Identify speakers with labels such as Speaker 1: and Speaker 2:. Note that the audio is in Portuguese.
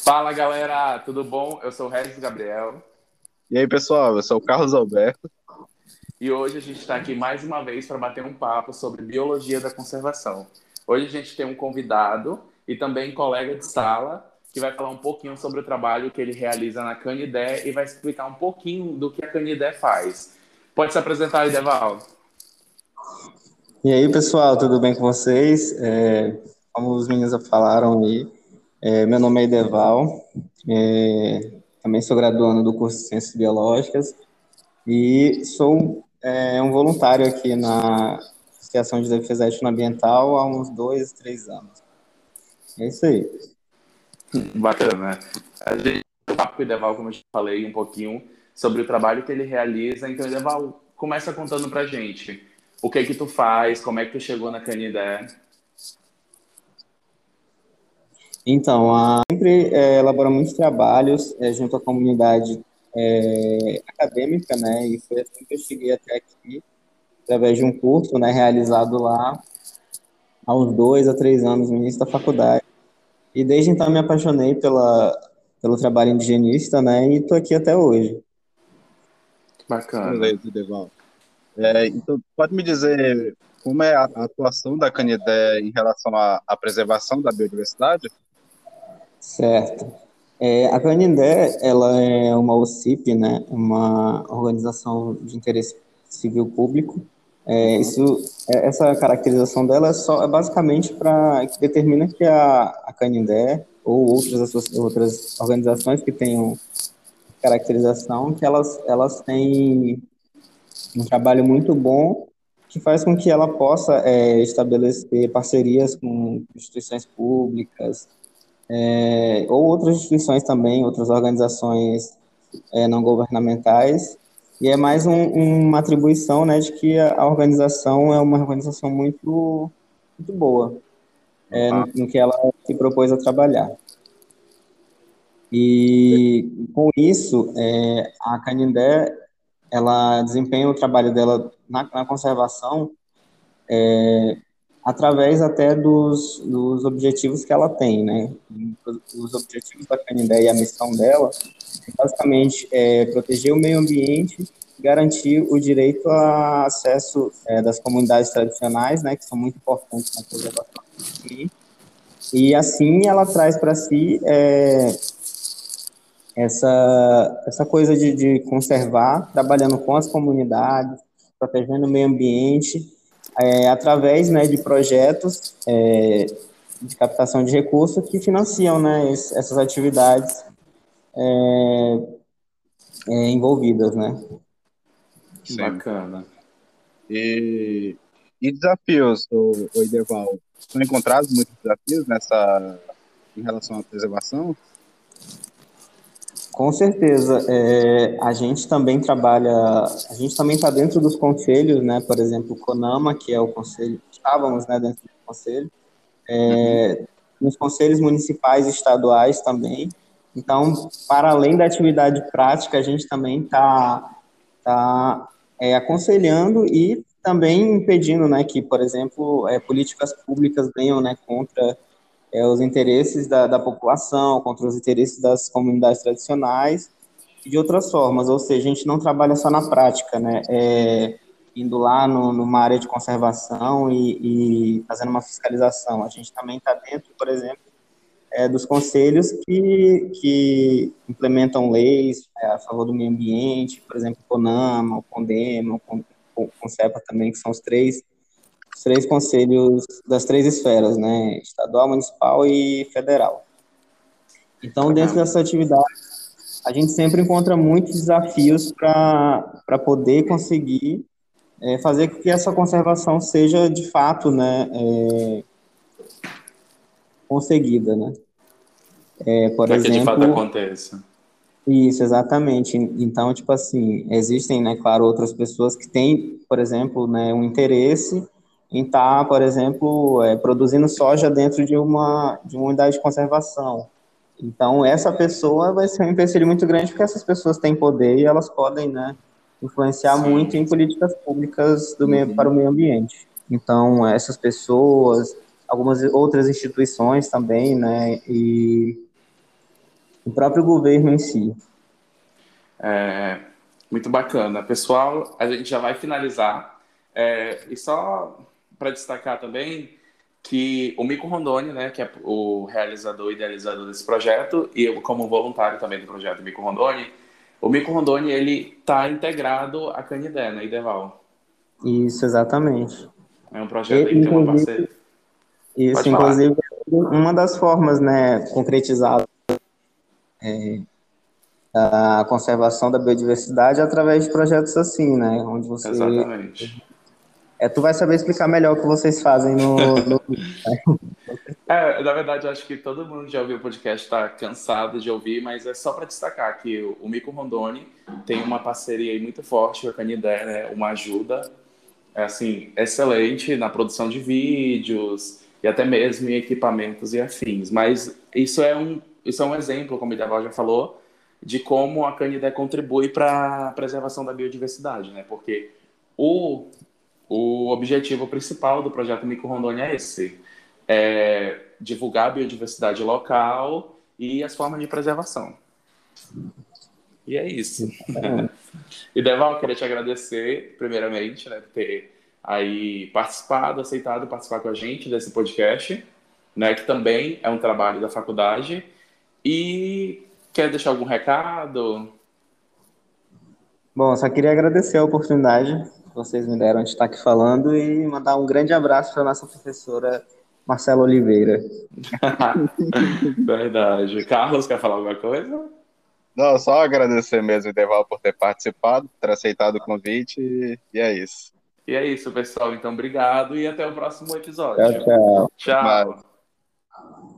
Speaker 1: Fala galera, tudo bom? Eu sou o Regis Gabriel
Speaker 2: E aí, pessoal, eu sou o Carlos Alberto.
Speaker 1: e hoje a gente está aqui mais uma vez para bater um papo sobre biologia da conservação. Hoje a gente tem um convidado e também colega de sala que vai falar um pouquinho sobre o trabalho que ele realiza na Canidé e vai explicar um pouquinho do que a Canidé faz. Pode se apresentar aí, Deval.
Speaker 3: E aí, pessoal, tudo bem com vocês? Como os meninos já falaram aí, meu nome é Ideval, também sou graduando do curso de Ciências Biológicas e sou um voluntário aqui na Associação de Defesa Étnico-Ambiental há uns 2, 3 anos. É isso aí.
Speaker 1: Bacana. A gente tem um papo com o Deval, como eu já falei, um pouquinho sobre o trabalho que ele realiza. Então, Deval, começa contando pra gente o que é que tu faz, como é que tu chegou na Canidé.
Speaker 3: Então, sempre elabora muitos trabalhos junto à comunidade acadêmica, né? E foi assim que eu cheguei até aqui, através de um curso, né, realizado lá há uns 2 a 3 anos no início da faculdade. E desde então me apaixonei pelo trabalho indigenista, né? E estou aqui até hoje.
Speaker 1: Bacana.
Speaker 2: Beleza, Deval. Então, pode me dizer como é a atuação da Canidé em relação à preservação da biodiversidade?
Speaker 3: Certo. A Canindé, ela é uma OCIP, né? Uma organização de interesse civil público. Essa caracterização dela é basicamente para que determina que a Canindé ou outras organizações que tenham caracterização, que elas têm um trabalho muito bom que faz com que ela possa estabelecer parcerias com instituições públicas ou outras instituições também, outras organizações não governamentais, e é mais uma atribuição, né, de que a organização é uma organização muito boa
Speaker 2: Ah,
Speaker 3: no que ela se propôs a trabalhar. E com isso, a Canindé, ela desempenha o trabalho dela na conservação através até dos objetivos que ela tem, né? Os objetivos da Canindé e a missão dela é basicamente proteger o meio ambiente, garantir o direito a acesso das comunidades tradicionais, né, que são muito importantes na preservação e assim ela traz para si essa coisa de conservar, trabalhando com as comunidades, protegendo o meio ambiente, através, né, de projetos de captação de recursos que financiam, né, essas atividades envolvidas, né.
Speaker 2: sim.
Speaker 1: Bacana.
Speaker 2: E, e desafios, o Ideval? São encontrados muitos desafios em relação à preservação?
Speaker 3: Com certeza, a gente também está dentro dos conselhos, né, por exemplo, o CONAMA, que é o conselho, estávamos, né, dentro do conselho,
Speaker 2: Uhum,
Speaker 3: nos conselhos municipais e estaduais também. Então, para além da atividade prática, a gente também tá aconselhando e também impedindo, né, que, por exemplo, políticas públicas venham, né, contra os interesses da população, contra os interesses das comunidades tradicionais e de outras formas. Ou seja, a gente não trabalha só na prática, né, indo lá numa área de conservação e fazendo uma fiscalização. A gente também está dentro, por exemplo, dos conselhos que implementam leis a favor do meio ambiente, por exemplo, o CONAMA, o CONDEMA, o CONCEPA também, que são os três conselhos das três esferas, né, estadual, municipal e federal. Então, dentro
Speaker 1: Bacana.
Speaker 3: dessa atividade, a gente sempre encontra muitos desafios para poder conseguir fazer com que essa conservação seja, de fato, né, conseguida, né. Por
Speaker 1: Para que de fato
Speaker 3: exemplo,
Speaker 1: aconteça.
Speaker 3: isso, exatamente. Então, tipo assim, existem, né, claro, outras pessoas que têm, por exemplo, né, um interesse em estar, por exemplo, produzindo soja dentro de uma unidade de conservação. Então, essa pessoa vai ser um empecilho muito grande, porque essas pessoas têm poder e elas podem, né, influenciar muito
Speaker 1: Sim.
Speaker 3: em políticas públicas para
Speaker 2: uhum.
Speaker 3: o meio ambiente. Então, essas pessoas, algumas outras instituições também, né, o próprio governo em si.
Speaker 1: Muito bacana. Pessoal, a gente já vai finalizar. E só para destacar também que o Mico Rondoni, né, que é o realizador e idealizador desse projeto, e eu como voluntário também do projeto Mico Rondoni, o Mico Rondoni, ele está integrado à Canidé, né, Ideval?
Speaker 3: Isso, exatamente.
Speaker 1: É um projeto aí que tem uma
Speaker 3: Inclusive,
Speaker 1: parceria.
Speaker 3: isso,
Speaker 1: Pode falar.
Speaker 3: inclusive, uma das formas, né, concretizadas da conservação da biodiversidade é através de projetos assim, né, onde você...
Speaker 1: Exatamente.
Speaker 3: tu vai saber explicar melhor o que vocês fazem no...
Speaker 1: Na verdade, acho que todo mundo já ouviu o podcast, está cansado de ouvir, mas é só para destacar que o Mico Rondoni tem uma parceria aí muito forte com a Canidé, né? Uma ajuda assim, excelente na produção de vídeos e até mesmo em equipamentos e afins. Mas isso é um exemplo, como o Ideval já falou, de como a Canidé contribui para a preservação da biodiversidade, né? Porque o o objetivo principal do projeto Mico Rondônia é esse: divulgar a biodiversidade local e as formas de preservação. E é isso. E Deval, eu queria te agradecer, primeiramente, né, por ter aí participado, aceitado participar com a gente desse podcast, né, que também é um trabalho da faculdade. E quer deixar algum recado?
Speaker 3: Bom, só queria agradecer a oportunidade que vocês me deram de estar aqui falando e mandar um grande abraço para a nossa professora Marcela Oliveira.
Speaker 1: Verdade. Carlos, quer falar alguma coisa?
Speaker 2: Não, só agradecer mesmo, Ideval, por ter participado, ter aceitado o convite, e é isso.
Speaker 1: E é isso, pessoal. Então, obrigado e até o próximo
Speaker 3: Tchau,
Speaker 1: episódio.
Speaker 3: tchau.
Speaker 2: Até mais.
Speaker 1: Tchau.